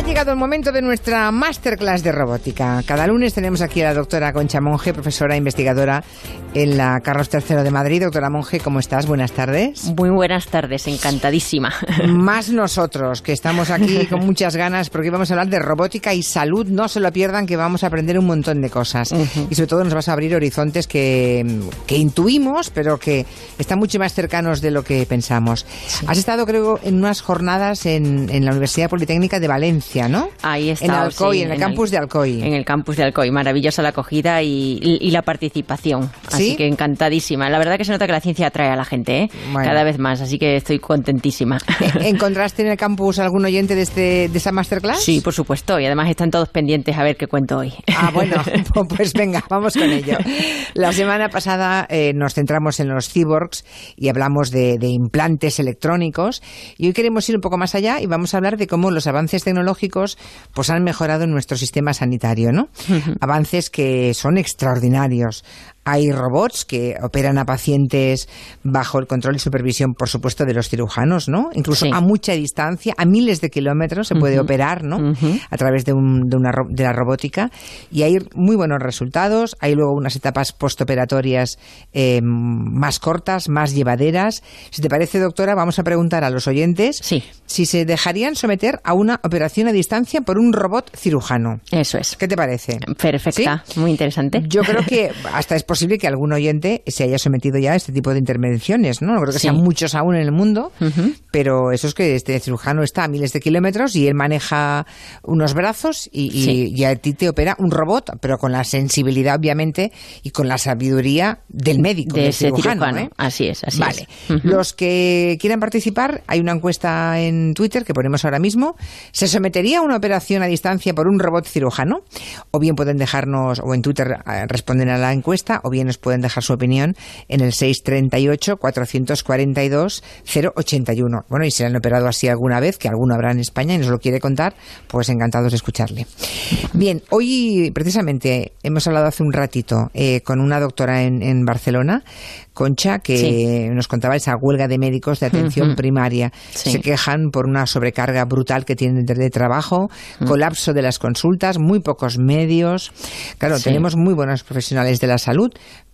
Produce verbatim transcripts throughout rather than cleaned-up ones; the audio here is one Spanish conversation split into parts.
llegado el momento de nuestra masterclass de robótica. Cada lunes tenemos aquí a la doctora Concha Monge, profesora e investigadora en la Carlos tercero de Madrid. Doctora Monge, ¿cómo estás? Buenas tardes. Muy buenas tardes, encantadísima. Más nosotros, que estamos aquí con muchas ganas, porque vamos a hablar de robótica y salud. No se lo pierdan, que vamos a aprender un montón de cosas. Uh-huh. Y sobre todo nos vas a abrir horizontes que, que intuimos, pero que están mucho más cercanos de lo que pensamos. Sí. Has estado, creo, en unas jornadas en, en la Universidad Politécnica de Valencia, ¿no? Ahí está. En Alcoy, sí, en el en campus el, de Alcoy. En el campus de Alcoy. Maravillosa la acogida y, y, y la participación. ¿Sí? Así que encantadísima. La verdad que se nota que la ciencia atrae a la gente, ¿eh? Bueno. Cada vez más, así que estoy contentísima. ¿Encontraste en el campus algún oyente de, este, de esta masterclass? Sí, por supuesto. Y además están todos pendientes a ver qué cuento hoy. Ah, bueno, pues venga, vamos con ello. La semana pasada eh, nos centramos en los cyborgs y hablamos de, de implantes electrónicos. Y hoy queremos ir un poco más allá y vamos a hablar de cómo los avances tecnológicos pues han mejorado nuestro sistema sanitario, ¿no? Uh-huh. Avances que son extraordinarios. Hay robots que operan a pacientes bajo el control y supervisión, por supuesto, de los cirujanos, ¿no? Incluso sí. a mucha distancia, a miles de kilómetros se puede uh-huh. operar, ¿no? Uh-huh. A través de, un, de, una, de la robótica. Y hay muy buenos resultados. Hay luego unas etapas postoperatorias eh, más cortas, más llevaderas. Si te parece, doctora, vamos a preguntar a los oyentes sí. si se dejarían someter a una operación a distancia por un robot cirujano. Eso es. ¿Qué te parece? Perfecta, ¿sí? Muy interesante. Yo creo que hasta es posible que algún oyente se haya sometido ya a este tipo de intervenciones, ¿no? No creo que sí. sean muchos aún en el mundo, uh-huh. pero eso es que este cirujano está a miles de kilómetros y él maneja unos brazos y, sí. y, y a ti te opera un robot, pero con la sensibilidad, obviamente, y con la sabiduría del médico, de del ese cirujano. cirujano. ¿eh? Así es, así vale. es. Vale. Uh-huh. Los que quieran participar, hay una encuesta en Twitter que ponemos ahora mismo. ¿Se sometería a una operación a distancia por un robot cirujano? O bien pueden dejarnos, o en Twitter eh, responden a la encuesta, o bien nos pueden dejar su opinión en el seis treinta y ocho, cuatrocientos cuarenta y dos, cero ochenta y uno. Bueno, y si han operado así alguna vez, que alguno habrá en España y nos lo quiere contar, pues encantados de escucharle. Bien, hoy precisamente hemos hablado hace un ratito eh, con una doctora en, en Barcelona, Concha, que sí. nos contaba esa huelga de médicos de atención uh-huh. primaria. Sí. Se quejan por una sobrecarga brutal que tienen de trabajo, uh-huh. colapso de las consultas, muy pocos medios. Claro, sí. tenemos muy buenos profesionales de la salud,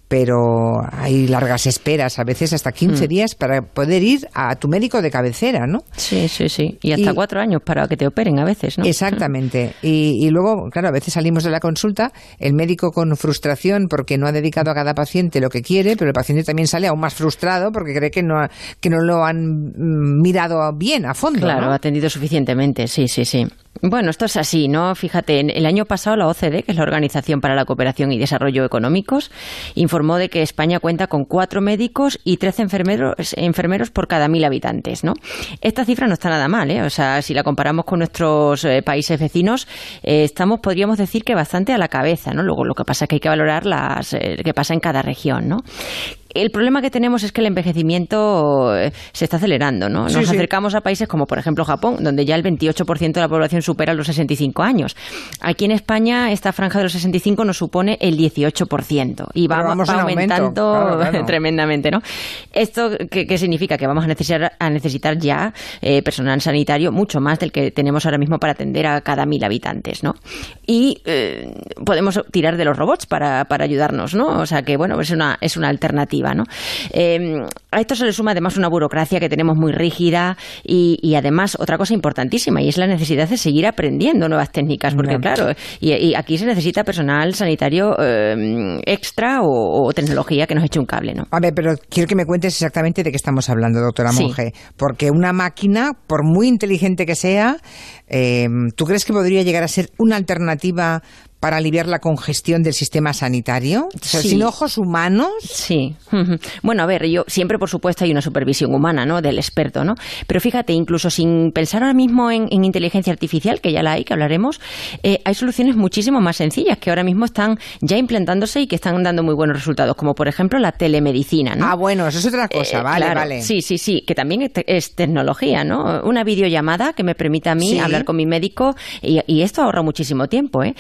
pero hay largas esperas, a veces hasta quince mm. días para poder ir a tu médico de cabecera, ¿no? Sí, sí, sí. Y hasta y, cuatro años para que te operen a veces, ¿no? Exactamente. Y, y luego, claro, a veces salimos de la consulta, el médico con frustración porque no ha dedicado a cada paciente lo que quiere, pero el paciente también sale aún más frustrado porque cree que no, que no lo han mirado bien, a fondo, Claro, ¿no? ha atendido suficientemente, sí, sí, sí. Bueno, esto es así, ¿no? Fíjate, el año pasado la O C D E, que es la Organización para la Cooperación y Desarrollo Económicos, informó de que España cuenta con cuatro médicos y trece enfermeros, enfermeros por cada mil habitantes, ¿no? Esta cifra no está nada mal, ¿eh? O sea, si la comparamos con nuestros eh, países vecinos, eh, estamos, podríamos decir que bastante a la cabeza, ¿no? Luego, lo que pasa es que hay que valorar las eh, que pasa en cada región, ¿no? El problema que tenemos es que el envejecimiento se está acelerando, ¿no? Nos sí, sí. acercamos a países como, por ejemplo, Japón, donde ya el veintiocho por ciento de la población supera los sesenta y cinco años. Aquí en España, esta franja de los sesenta y cinco nos supone el dieciocho por ciento. Y va, vamos va aumentando claro, claro. tremendamente, ¿no? ¿Esto qué, qué significa? Que vamos a necesitar, a necesitar ya eh, personal sanitario mucho más del que tenemos ahora mismo para atender a cada mil habitantes, ¿no? Y eh, podemos tirar de los robots para, para ayudarnos, ¿no? O sea que, bueno, es una, es una alternativa. ¿no? Eh, a esto se le suma además una burocracia que tenemos muy rígida y, y además otra cosa importantísima, y es la necesidad de seguir aprendiendo nuevas técnicas, porque no. claro, y, y aquí se necesita personal sanitario eh, extra o, o tecnología que nos eche un cable, ¿no? A ver, pero quiero que me cuentes exactamente de qué estamos hablando, doctora sí. Monge, porque una máquina, por muy inteligente que sea, eh, ¿tú crees que podría llegar a ser una alternativa para aliviar la congestión del sistema sanitario? O sea, sí. ¿sin ojos humanos? Sí. Bueno, a ver, yo siempre, por supuesto, hay una supervisión humana, ¿no?, del experto, ¿no? Pero fíjate, incluso sin pensar ahora mismo en, en inteligencia artificial, que ya la hay, que hablaremos, eh, hay soluciones muchísimo más sencillas que ahora mismo están ya implantándose y que están dando muy buenos resultados, como por ejemplo la telemedicina, ¿no? Ah, bueno, eso es otra cosa, eh, vale, claro, vale. Sí, sí, sí, que también es, te- es tecnología, ¿no? Una videollamada que me permita a mí ¿Sí? hablar con mi médico y, y esto ahorra muchísimo tiempo, ¿eh? Y los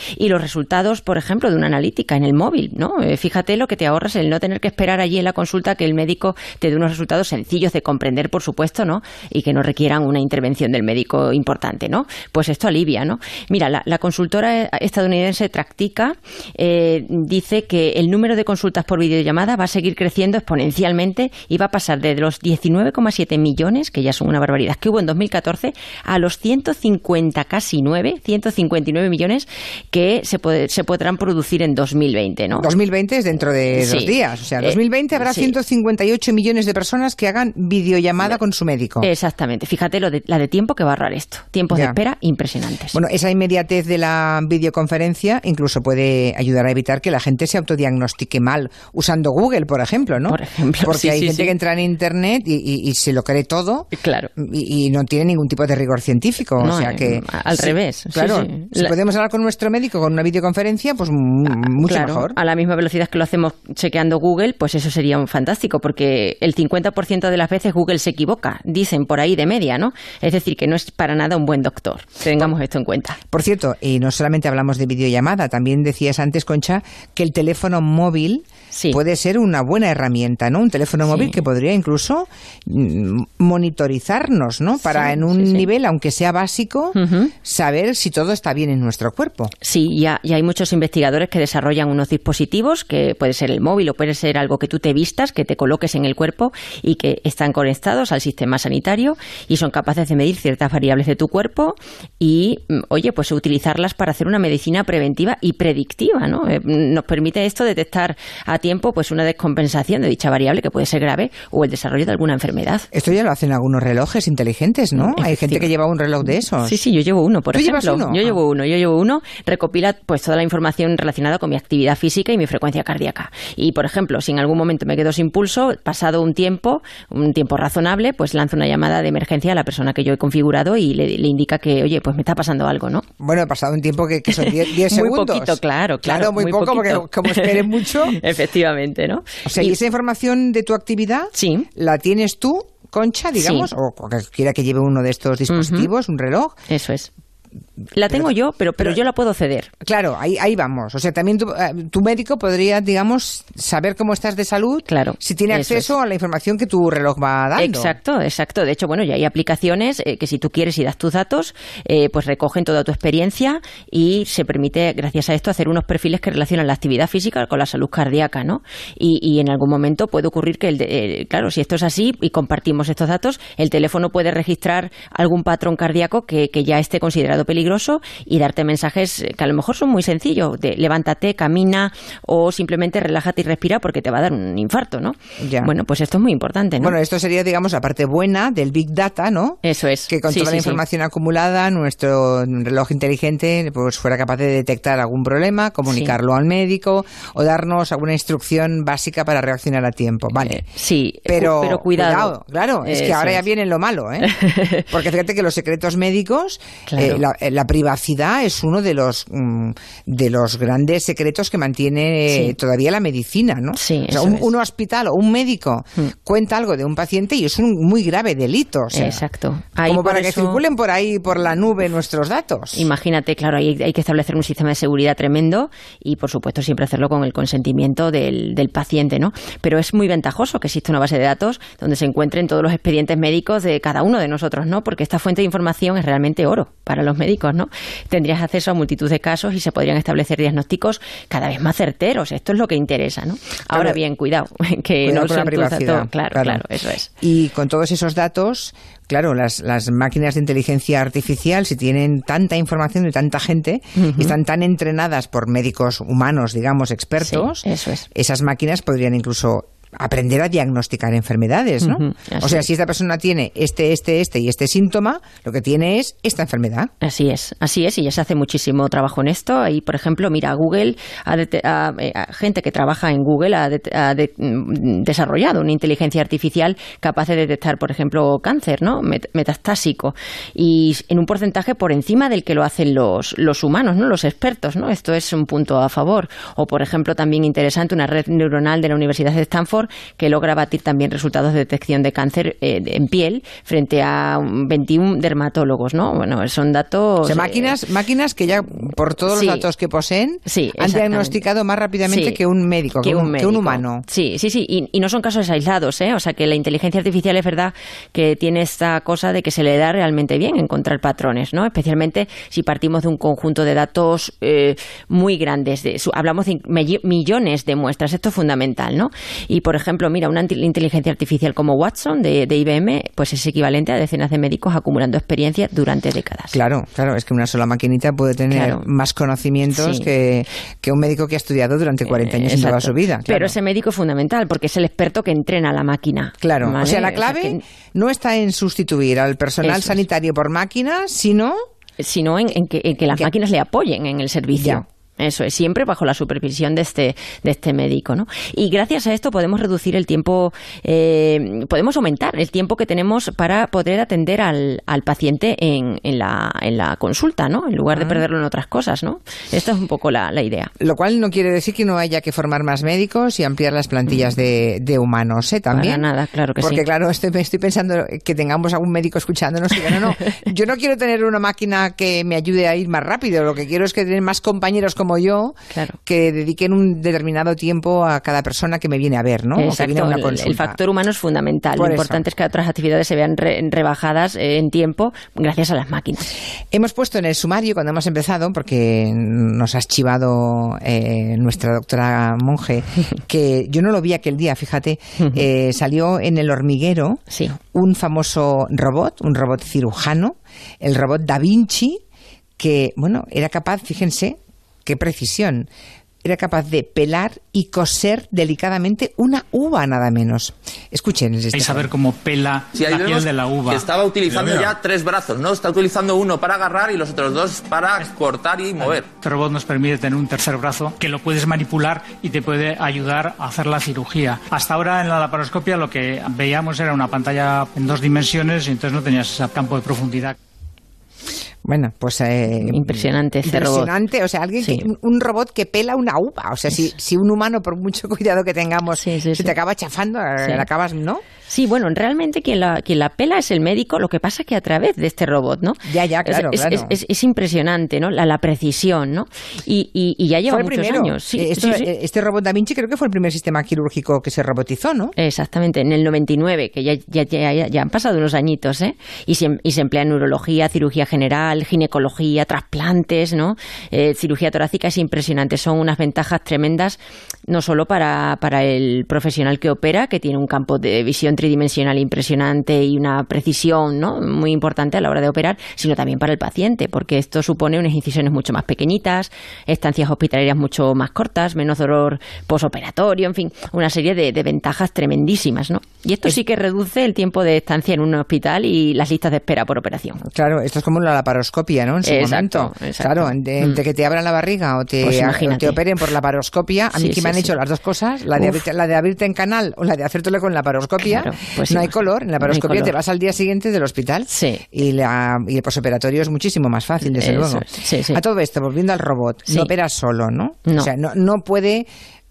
resultados, por ejemplo, de una analítica en el móvil, ¿no? Eh, fíjate lo que te ahorras el no tener que esperar allí en la consulta que el médico te dé unos resultados sencillos de comprender, por supuesto, ¿no? Y que no requieran una intervención del médico importante, ¿no? Pues esto alivia, ¿no? Mira, la, la consultora estadounidense Tractica eh, dice que el número de consultas por videollamada va a seguir creciendo exponencialmente y va a pasar de los diecinueve coma siete millones, que ya son una barbaridad, que hubo en dos mil catorce, a los ciento cincuenta, casi nueve, ciento cincuenta y nueve millones que se, puede, se podrán producir en dos mil veinte, ¿no? dos mil veinte es dentro de sí. dos días. O sea, en dos mil veinte habrá sí. ciento cincuenta y ocho millones de personas que hagan videollamada con su médico. Exactamente. Fíjate lo de, la de tiempo que va a ahorrar esto. Tiempos ya. de espera impresionantes. Bueno, esa inmediatez de la videoconferencia incluso puede ayudar a evitar que la gente se autodiagnostique mal usando Google, por ejemplo, ¿no? Por ejemplo. Porque sí, hay sí, gente sí. que entra en Internet y, y, y se lo cree todo. Claro. Y, y no tiene ningún tipo de rigor científico. No, o sea que... Al sí, revés. Claro. Sí, sí. Si la... podemos hablar con nuestro médico con una videoconferencia, pues mucho claro, mejor. A la misma velocidad que lo hacemos chequeando Google, pues eso sería un fantástico, porque el cincuenta por ciento de las veces Google se equivoca, dicen por ahí de media, ¿no? Es decir, que no es para nada un buen doctor. Tengamos esto en cuenta. Por cierto, y no solamente hablamos de videollamada, también decías antes, Concha, que el teléfono móvil sí. puede ser una buena herramienta, ¿no? Un teléfono sí. móvil que podría incluso monitorizarnos, ¿no? Para sí, en un sí, nivel, sí. aunque sea básico, uh-huh. saber si todo está bien en nuestro cuerpo. Sí, ya, ya hay muchos investigadores que desarrollan unos dispositivos, que puede ser el móvil o puede ser algo que tú te vistas, que te coloques en el cuerpo y que están conectados al sistema sanitario y son capaces de medir ciertas variables de tu cuerpo y, oye, pues utilizarlas para hacer una medicina preventiva y predictiva, ¿no? Eh, nos permite esto detectar a tiempo pues una descompensación de dicha variable que puede ser grave o el desarrollo de alguna enfermedad. Esto ya lo hacen algunos relojes inteligentes, ¿no? Hay gente que lleva un reloj de esos. Sí, sí, yo llevo uno, por ¿Tú ejemplo. llevas uno? Yo llevo uno, yo llevo uno, recopila pues toda la información relacionada con mi actividad física y mi frecuencia cardíaca. Y, por ejemplo, si en algún momento me quedo sin pulso, pasado un tiempo, un tiempo razonable, pues lanzo una llamada de emergencia a la persona que yo he configurado y le, le indica que, oye, pues me está pasando algo, ¿no? Bueno, pasado un tiempo que, que son diez segundos. Muy poquito, claro, claro. Claro, muy, muy poco, poquito. Porque como esperes mucho... Efectivamente, ¿no? O sea, y, ¿y esa información de tu actividad sí. la tienes tú, Concha, digamos, sí. o cualquiera que lleve uno de estos dispositivos, uh-huh. un reloj? Eso es. La tengo pero, yo, pero, pero, pero yo la puedo ceder. Claro, ahí, ahí vamos. O sea, también tu, tu médico podría, digamos, saber cómo estás de salud, claro, si tiene acceso es. a la información que tu reloj va dando. Exacto, exacto. De hecho, bueno, ya hay aplicaciones eh, que si tú quieres y das tus datos, eh, pues recogen toda tu experiencia y se permite, gracias a esto, hacer unos perfiles que relacionan la actividad física con la salud cardíaca, ¿no? Y, y en algún momento puede ocurrir que, el de, eh, claro, si esto es así y compartimos estos datos, el teléfono puede registrar algún patrón cardíaco que, que ya esté considerado peligroso y darte mensajes que a lo mejor son muy sencillos, de levántate, camina o simplemente relájate y respira porque te va a dar un infarto, ¿no? Ya. Bueno, pues esto es muy importante, ¿no? Bueno, esto sería, digamos, la parte buena del Big Data, ¿no? Eso es. Que con sí, toda sí, la información sí. acumulada, nuestro reloj inteligente pues fuera capaz de detectar algún problema, comunicarlo sí. al médico o darnos alguna instrucción básica para reaccionar a tiempo. Vale. Eh, sí, pero, pero cuidado. cuidado. Claro, es Eso que ahora es. ya viene lo malo, ¿eh? Porque fíjate que los secretos médicos, claro. eh, la, la privacidad es uno de los mm, de los grandes secretos que mantiene sí. todavía la medicina, ¿no? Sí, o sea, un, un hospital o un médico mm. cuenta algo de un paciente y es un muy grave delito. O sea, exacto. Ahí como para eso... que circulen por ahí, por la nube, nuestros datos. Imagínate, claro, hay, hay que establecer un sistema de seguridad tremendo y, por supuesto, siempre hacerlo con el consentimiento del, del paciente, ¿no? Pero es muy ventajoso que exista una base de datos donde se encuentren todos los expedientes médicos de cada uno de nosotros, ¿no? Porque esta fuente de información es realmente oro para los médicos, ¿no? Tendrías acceso a multitud de casos y se podrían establecer diagnósticos cada vez más certeros. Esto es lo que interesa, ¿no? Ahora claro. bien, cuidado, que cuidado no con la privacidad. Datos. Claro, claro, claro, eso es. Y con todos esos datos, claro, las, las máquinas de inteligencia artificial, si tienen tanta información de tanta gente, uh-huh. y están tan entrenadas por médicos humanos, digamos, expertos, sí, eso es. Esas máquinas podrían incluso aprender a diagnosticar enfermedades, ¿no? Uh-huh, o sea, si esta persona tiene este, este, este y este síntoma, lo que tiene es esta enfermedad. Así es, así es, y ya se hace muchísimo trabajo en esto. Ahí, por ejemplo, mira, Google, ha de, a, a gente que trabaja en Google ha, de, ha de, desarrollado una inteligencia artificial capaz de detectar, por ejemplo, cáncer, ¿no? Met, metastásico, y en un porcentaje por encima del que lo hacen los, los humanos, ¿no? Los expertos, ¿no? Esto es un punto a favor. O, por ejemplo, también interesante, una red neuronal de la Universidad de Stanford mejor, que logra batir también resultados de detección de cáncer eh, en piel frente a veintiún dermatólogos, ¿no? Bueno, son datos... O sea, máquinas, eh, máquinas que ya, por todos sí, los datos que poseen, sí, han diagnosticado más rápidamente sí, que un médico, que, que, un, un médico. que un humano. Sí, sí, sí, y, y no son casos aislados, ¿eh? O sea, que la inteligencia artificial es verdad que tiene esta cosa de que se le da realmente bien encontrar patrones, ¿no? Especialmente si partimos de un conjunto de datos eh, muy grandes. De, su, hablamos de millones de muestras, esto es fundamental, ¿no? Y, por ejemplo, mira, una inteligencia artificial como Watson de, de I B M, pues es equivalente a decenas de médicos acumulando experiencia durante décadas. Claro, claro, es que una sola maquinita puede tener claro. más conocimientos sí. que, que un médico que ha estudiado durante cuarenta años eh, en toda su vida. Claro. Pero ese médico es fundamental porque es el experto que entrena a la máquina. Claro, ¿vale? O sea, la clave o sea, que... no está en sustituir al personal sanitario por máquinas, sino... Sino en, en, que, en que las ¿Qué? máquinas le apoyen en el servicio. Ya. Eso es, siempre bajo la supervisión de este de este médico, ¿no? Y gracias a esto podemos reducir el tiempo, eh, podemos aumentar el tiempo que tenemos para poder atender al, al paciente en, en, la, en la consulta, ¿no? En lugar de perderlo en otras cosas, ¿no? Esta es un poco la, la idea. Lo cual no quiere decir que no haya que formar más médicos y ampliar las plantillas de, de humanos, ¿eh? También. Para nada, claro que Porque, sí. Porque, claro, estoy, estoy pensando que tengamos algún médico escuchándonos y que no, no, yo no quiero tener una máquina que me ayude a ir más rápido, lo que quiero es que tener más compañeros como como yo, claro. que dediquen un determinado tiempo a cada persona que me viene a ver, ¿no? Exacto, o que viene a una consulta. El factor humano es fundamental. Por Lo eso. importante es que otras actividades se vean re, rebajadas en tiempo gracias a las máquinas. Hemos puesto en el sumario, cuando hemos empezado, porque nos ha archivado eh, nuestra doctora Monge, que yo no lo vi aquel día, fíjate, eh, salió en El Hormiguero sí. un famoso robot, un robot cirujano, el robot Da Vinci, que, bueno, era capaz, fíjense, qué precisión, era capaz de pelar y coser delicadamente una uva, nada menos. Escuchen. Este Vais a ver cómo pela sí, la piel de la uva. Que estaba utilizando ya tres brazos, ¿no? Está utilizando uno para agarrar y los otros dos para cortar y mover. Este robot nos permite tener un tercer brazo que lo puedes manipular y te puede ayudar a hacer la cirugía. Hasta ahora en la laparoscopia lo que veíamos era una pantalla en dos dimensiones y entonces no tenías ese campo de profundidad. Bueno, pues... Eh, impresionante este robot. Impresionante, o sea, alguien sí. que, un robot que pela una uva. O sea, si, si un humano, por mucho cuidado que tengamos, sí, sí, se sí. te acaba chafando, sí. la acabas, ¿no? Sí, bueno, realmente quien la, quien la pela es el médico, lo que pasa es que a través de este robot, ¿no? Ya, ya, claro, es, claro. Es, es, es impresionante, ¿no? La, la precisión, ¿no? Y, y, y ya lleva fue muchos primero. años. Sí, Esto, sí, sí. Este robot Da Vinci creo que fue el primer sistema quirúrgico que se robotizó, ¿no? Exactamente, en el noventa y nueve, que ya, ya, ya, ya han pasado unos añitos, ¿eh? Y se, y se emplea en neurología, cirugía general, ginecología, trasplantes, ¿no? Eh, cirugía torácica, es impresionante. Son unas ventajas tremendas, no solo para, para el profesional que opera, que tiene un campo de visión tridimensional impresionante, impresionante y una precisión, ¿no? muy importante a la hora de operar, sino también para el paciente, porque esto supone unas incisiones mucho más pequeñitas, estancias hospitalarias mucho más cortas, menos dolor posoperatorio, en fin, una serie de, de ventajas tremendísimas, ¿no? Y esto es... sí que reduce el tiempo de estancia en un hospital y las listas de espera por operación. Claro, esto es como la laparoscopia, ¿no? En su exacto, momento. Exacto. Claro, de, de que te abran la barriga o te, pues o te operen por laparoscopia, a mí sí, que sí, me han sí. hecho las dos cosas, la de, abrirte, la de abrirte en canal o la de hacértelo con laparoscopia, claro, pues no sí, hay color. En la laparoscopia no te vas al día siguiente del hospital sí. y, la, y el posoperatorio es muchísimo más fácil, desde Eso luego. Es. Sí, sí. A todo esto, volviendo al robot, sí. no opera solo, ¿no? no. O sea, no, no puede...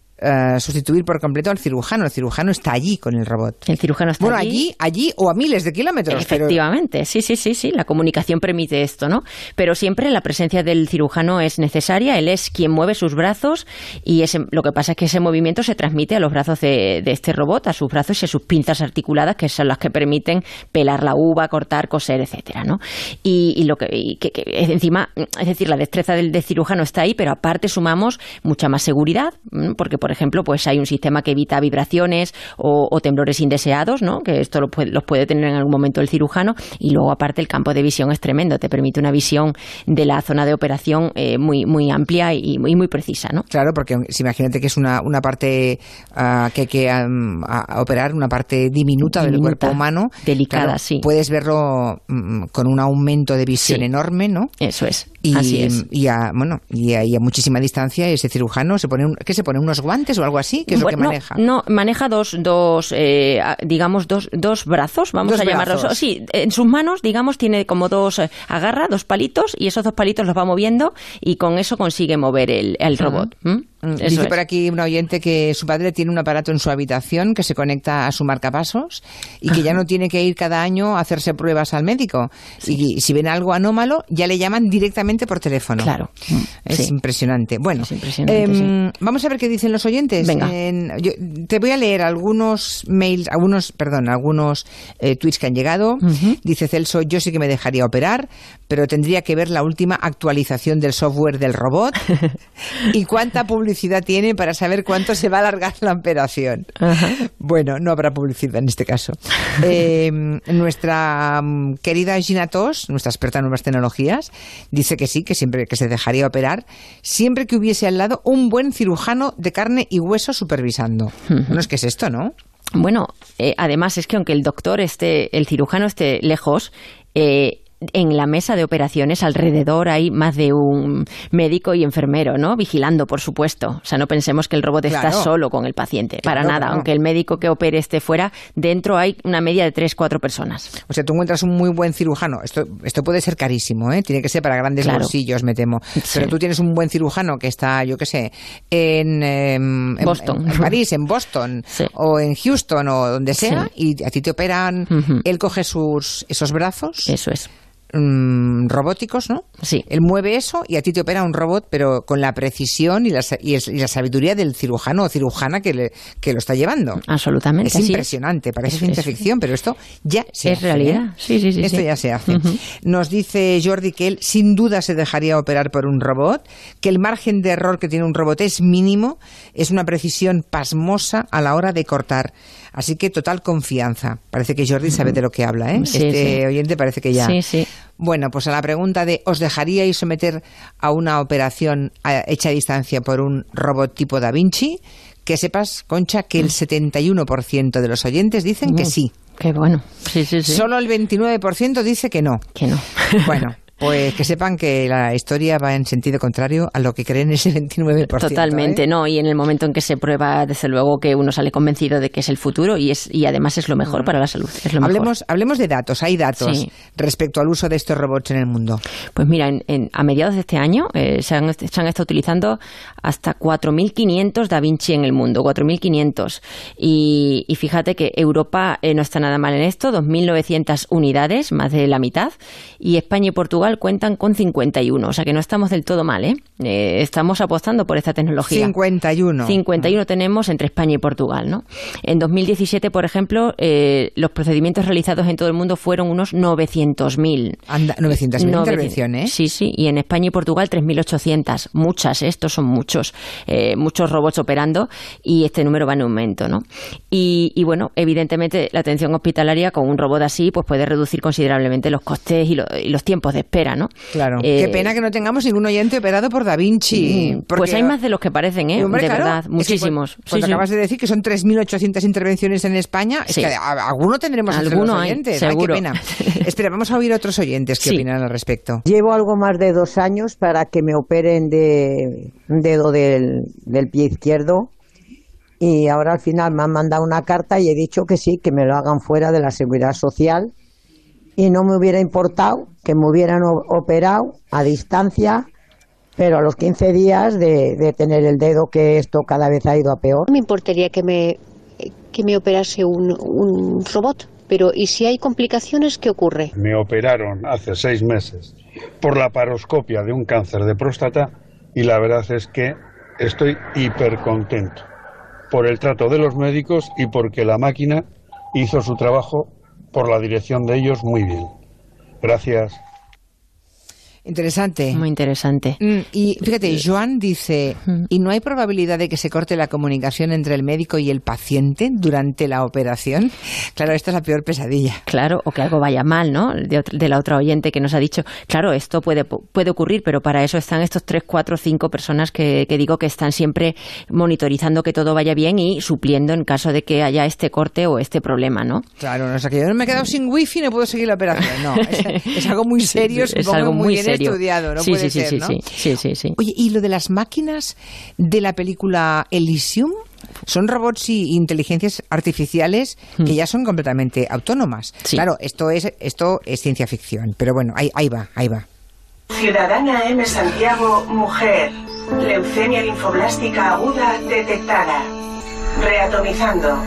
Uh, sustituir por completo al cirujano. El cirujano está allí con el robot. El cirujano está bueno, allí. allí, allí o a miles de kilómetros. Efectivamente, pero... sí, sí, sí, sí. La comunicación permite esto, ¿no? Pero siempre la presencia del cirujano es necesaria. Él es quien mueve sus brazos y ese, lo que pasa es que ese movimiento se transmite a los brazos de, de este robot, a sus brazos y a sus pinzas articuladas, que son las que permiten pelar la uva, cortar, coser, etcétera, ¿no? Y, y lo que, y que, que encima, es decir, la destreza del, del cirujano está ahí, pero aparte sumamos mucha más seguridad, porque por ejemplo, pues hay un sistema que evita vibraciones o, o temblores indeseados, ¿no? Que esto lo puede, los puede tener en algún momento el cirujano, y luego aparte el campo de visión es tremendo, te permite una visión de la zona de operación eh, muy muy amplia y muy, muy precisa, ¿no? Claro, porque si imagínate que es una, una parte uh, que hay que um, a operar, una parte diminuta, diminuta del cuerpo humano. Delicada, claro, sí. Puedes verlo um, con un aumento de visión sí. enorme, ¿no? Eso es, y, así es. Y a, bueno, y a, y a muchísima distancia ese cirujano se pone, un, ¿qué se pone? ¿Unos guantes o algo así? ¿Qué es bueno, lo que maneja? No, no maneja dos, dos eh, digamos, dos, dos brazos, vamos dos a llamarlos. brazos. Sí, en sus manos, digamos, tiene como dos, eh, agarra dos palitos y esos dos palitos los va moviendo y con eso consigue mover el, el robot. Uh-huh. ¿Mm? Eso Dice es. por aquí un oyente que su padre tiene un aparato en su habitación que se conecta a su marcapasos y que ya no tiene que ir cada año a hacerse pruebas al médico. Sí. Y si ven algo anómalo, ya le llaman directamente por teléfono. Claro. Es sí. impresionante. Bueno, es impresionante, eh, sí. vamos a ver qué dicen los oyentes. Venga. En, yo, te voy a leer algunos mails, algunos, perdón, algunos eh, tweets que han llegado. Uh-huh. Dice Celso, yo sí que me dejaría operar, pero tendría que ver la última actualización del software del robot y cuánta publicidad tiene para saber cuánto se va a alargar la operación. Uh-huh. Bueno, no habrá publicidad en este caso. Eh, nuestra um, querida Gina Tos, nuestra experta en nuevas tecnologías, dice que sí, que siempre que se dejaría operar, siempre que hubiese al lado un buen cirujano de carne y hueso supervisando. Uh-huh. No es que es esto, ¿no? Bueno, eh, además es que aunque el doctor esté, el cirujano esté lejos, eh, en la mesa de operaciones alrededor hay más de un médico y enfermero, ¿no? Vigilando, por supuesto. O sea, no pensemos que el robot claro. está solo con el paciente. Claro, para nada. Claro. Aunque el médico que opere esté fuera, dentro hay una media de tres, cuatro personas. O sea, tú encuentras un muy buen cirujano. Esto, esto puede ser carísimo, ¿eh? Tiene que ser para grandes claro. bolsillos, me temo. Sí. Pero tú tienes un buen cirujano que está, yo qué sé, en, eh, en Boston. En, en París, en Boston, sí. o en Houston, o donde sea, sí. y a ti te operan. Uh-huh. Él coge sus esos brazos. Eso es. Mm, robóticos, ¿no? Sí. Él mueve eso y a ti te opera un robot, pero con la precisión y la, y, el, y la sabiduría del cirujano o cirujana que, le, que lo está llevando. Absolutamente. Es impresionante, es. parece es, ciencia es, ficción, pero esto ya se es hace. Es realidad. ¿eh? Sí, sí, sí. Esto sí. ya se hace. Uh-huh. Nos dice Jordi que él sin duda se dejaría operar por un robot, que el margen de error que tiene un robot es mínimo, es una precisión pasmosa a la hora de cortar. Así que total confianza. Parece que Jordi sabe de lo que habla, ¿eh? Sí, este sí. oyente parece que ya. Sí, sí. Bueno, pues a la pregunta de ¿os dejaríais someter a una operación a, hecha a distancia por un robot tipo Da Vinci? Que sepas, Concha, que el setenta y uno por ciento de los oyentes dicen mm, que sí. Qué bueno. Sí, sí, sí. Solo el veintinueve por ciento dice que no. Que no. Bueno. Pues que sepan que la historia va en sentido contrario a lo que creen ese veintinueve por ciento. Totalmente, ¿eh? ¿no? Y en el momento en que se prueba, desde luego que uno sale convencido de que es el futuro y es y además es lo mejor mm. para la salud. Es lo hablemos, mejor. hablemos de datos. Hay datos sí. respecto al uso de estos robots en el mundo. Pues mira, en, en, a mediados de este año eh, se, han, se han estado utilizando hasta cuatro mil quinientos Da Vinci en el mundo, cuatro mil quinientos. Y, y fíjate que Europa eh, no está nada mal en esto, dos mil novecientas unidades, más de la mitad. Y España y Portugal cuentan con cincuenta y uno, o sea que no estamos del todo mal, ¿eh? Eh, estamos apostando por esta tecnología. cincuenta y uno. cincuenta y uno tenemos entre España y Portugal, ¿no? En dos mil diecisiete, por ejemplo, eh, los procedimientos realizados en todo el mundo fueron unos novecientos mil. Anda, novecientas mil intervenciones. Sí, sí, y en España y Portugal tres mil ochocientas. Muchas, ¿eh? Estos son muchos, eh, muchos robots operando y este número va en aumento, ¿no? Y, y bueno, evidentemente la atención hospitalaria con un robot así pues puede reducir considerablemente los costes y, lo, y los tiempos de espera, ¿no? Claro. Eh, Qué pena que no tengamos ningún oyente operado por Da Vinci. Porque, pues hay más de los que parecen, ¿eh? Hombre, de claro, verdad, muchísimos. Es que, cuando sí, acabas sí. de decir que son tres mil ochocientas intervenciones en España, es sí. que alguno tendremos entre ¿Alguno los hay? oyentes. Seguro. Ay, qué pena. Espera, vamos a oír a otros oyentes que sí. opinan al respecto. Llevo algo más de dos años para que me operen de un dedo del, del pie izquierdo y ahora al final me han mandado una carta y he dicho que sí, que me lo hagan fuera de la Seguridad Social y no me hubiera importado que me hubieran operado a distancia, pero a los quince días de, de tener el dedo, que esto cada vez ha ido a peor. No me importaría que me, que me operase un, un robot, pero ¿y si hay complicaciones, qué ocurre? Me operaron hace seis meses por la laparoscopia de un cáncer de próstata y la verdad es que estoy hiper contento por el trato de los médicos y porque la máquina hizo su trabajo por la dirección de ellos muy bien. Gracias. Interesante. Muy interesante. Mm, y fíjate, Joan dice, ¿y no hay probabilidad de que se corte la comunicación entre el médico y el paciente durante la operación? Claro, esta es la peor pesadilla. Claro, o que algo vaya mal, ¿no? De, otra, de la otra oyente que nos ha dicho, claro, esto puede, puede ocurrir, pero para eso están estos tres, cuatro, cinco personas que, que digo que están siempre monitorizando que todo vaya bien y supliendo en caso de que haya este corte o este problema, ¿no? Claro, no, o sea, que yo no me he quedado sin wifi y no puedo seguir la operación. No, es, es algo muy serio, es supongo, algo muy, muy bien serio. estudiado, no sí, puede sí, ser, sí, ¿no? sí, sí, sí, sí. Oye, ¿y lo de las máquinas de la película Elysium? Son robots y inteligencias artificiales mm. que ya son completamente autónomas. Sí. Claro, esto es esto es ciencia ficción, pero bueno, ahí, ahí va, ahí va. Ciudadana M. Santiago, mujer. Leucemia linfoblástica aguda detectada. Reatomizando.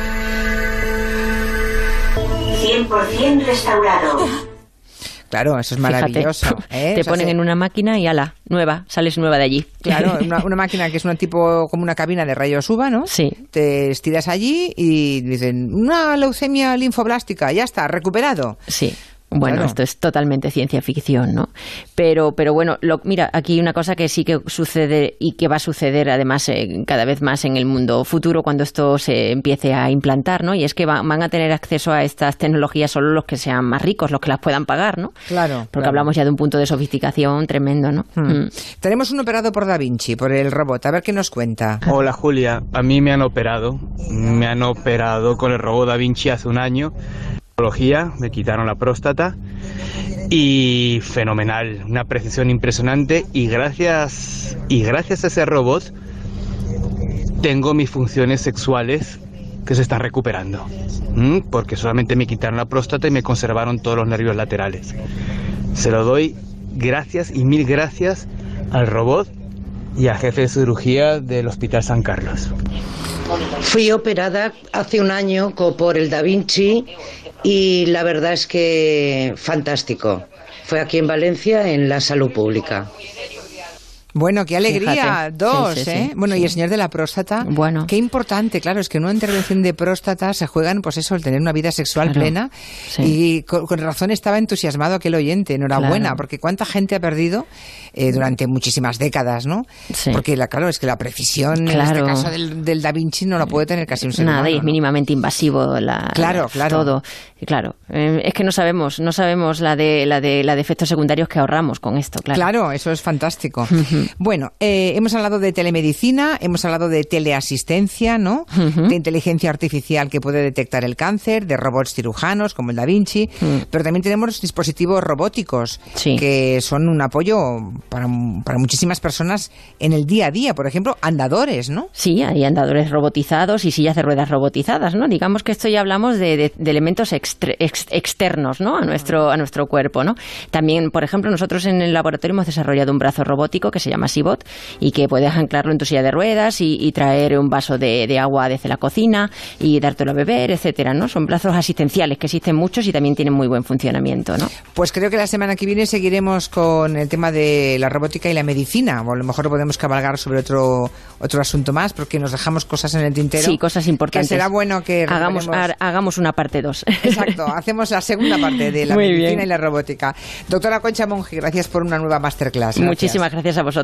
cien por ciento restaurado. Claro, eso es maravilloso. ¿eh? Te o sea, ponen se... en una máquina y ala, nueva, sales nueva de allí. Claro, una, una máquina que es un tipo como una cabina de rayos UVA, ¿no? Sí. Te estiras allí y dicen, una leucemia linfoblástica, ya está, recuperado. Sí. Bueno, claro. Esto es totalmente ciencia ficción, ¿no? Pero, pero bueno, lo, mira, aquí hay una cosa que sí que sucede y que va a suceder además eh, cada vez más en el mundo futuro cuando esto se empiece a implantar, ¿no? Y es que va, van a tener acceso a estas tecnologías solo los que sean más ricos, los que las puedan pagar, ¿no? Claro. Porque claro. hablamos ya de un punto de sofisticación tremendo, ¿no? Hmm. Mm. Tenemos un operado por Da Vinci, por el robot. A ver qué nos cuenta. Hola Julia, a mí me han operado. Me han operado con el robot Da Vinci hace un año. Me quitaron la próstata y fenomenal, una precisión impresionante y gracias y gracias a ese robot tengo mis funciones sexuales que se están recuperando, ¿Mm? porque solamente me quitaron la próstata y me conservaron todos los nervios laterales. Se lo doy gracias y mil gracias al robot y al jefe de cirugía del Hospital San Carlos. Fui operada hace un año por el Da Vinci y la verdad es que fantástico. Fue aquí en Valencia, en la salud pública. Bueno, qué alegría, Fíjate. dos, sí, sí, ¿eh? sí, bueno, sí. y el señor de la próstata, bueno. qué importante, claro, es que en una intervención de próstata se juegan, pues eso, el tener una vida sexual Claro. plena, Sí. y con, con razón estaba entusiasmado aquel oyente, enhorabuena, Claro. porque cuánta gente ha perdido eh, durante muchísimas décadas, ¿no? Sí. Porque, la, claro, es que la precisión, en Claro. este caso del, del Da Vinci, no la puede tener casi un ser Nada, humano, y es ¿no? mínimamente invasivo la, Claro, claro. todo. Y claro, eh, es que no sabemos, no sabemos la de la de la de efectos secundarios que ahorramos con esto, claro. Claro, eso es fantástico. Bueno, eh, hemos hablado de telemedicina, hemos hablado de teleasistencia, ¿no? Uh-huh. De inteligencia artificial que puede detectar el cáncer, de robots cirujanos como el Da Vinci, Uh-huh. pero también tenemos dispositivos robóticos Sí. que son un apoyo para, para muchísimas personas en el día a día, por ejemplo, andadores, ¿no? Sí, hay andadores robotizados y sillas de ruedas robotizadas, ¿no? Digamos que esto ya hablamos de, de, de elementos extre, ex, externos, ¿no? A nuestro, a nuestro cuerpo, ¿no? También, por ejemplo, nosotros en el laboratorio hemos desarrollado un brazo robótico que se llama Sibot y que puedes anclarlo en tu silla de ruedas y, y traer un vaso de, de agua desde la cocina y dártelo a beber, etcétera, ¿no? Son brazos asistenciales que existen muchos y también tienen muy buen funcionamiento, ¿no? Pues creo que la semana que viene seguiremos con el tema de la robótica y la medicina, o a lo mejor podemos cabalgar sobre otro otro asunto más, porque nos dejamos cosas en el tintero. Sí, cosas importantes. Que será bueno que hagamos, recuperemos... ha, hagamos una parte dos. Exacto, hacemos la segunda parte de la Muy medicina bien. y la robótica. Doctora Concha Monge, gracias por una nueva masterclass. Gracias. Muchísimas gracias a vosotros.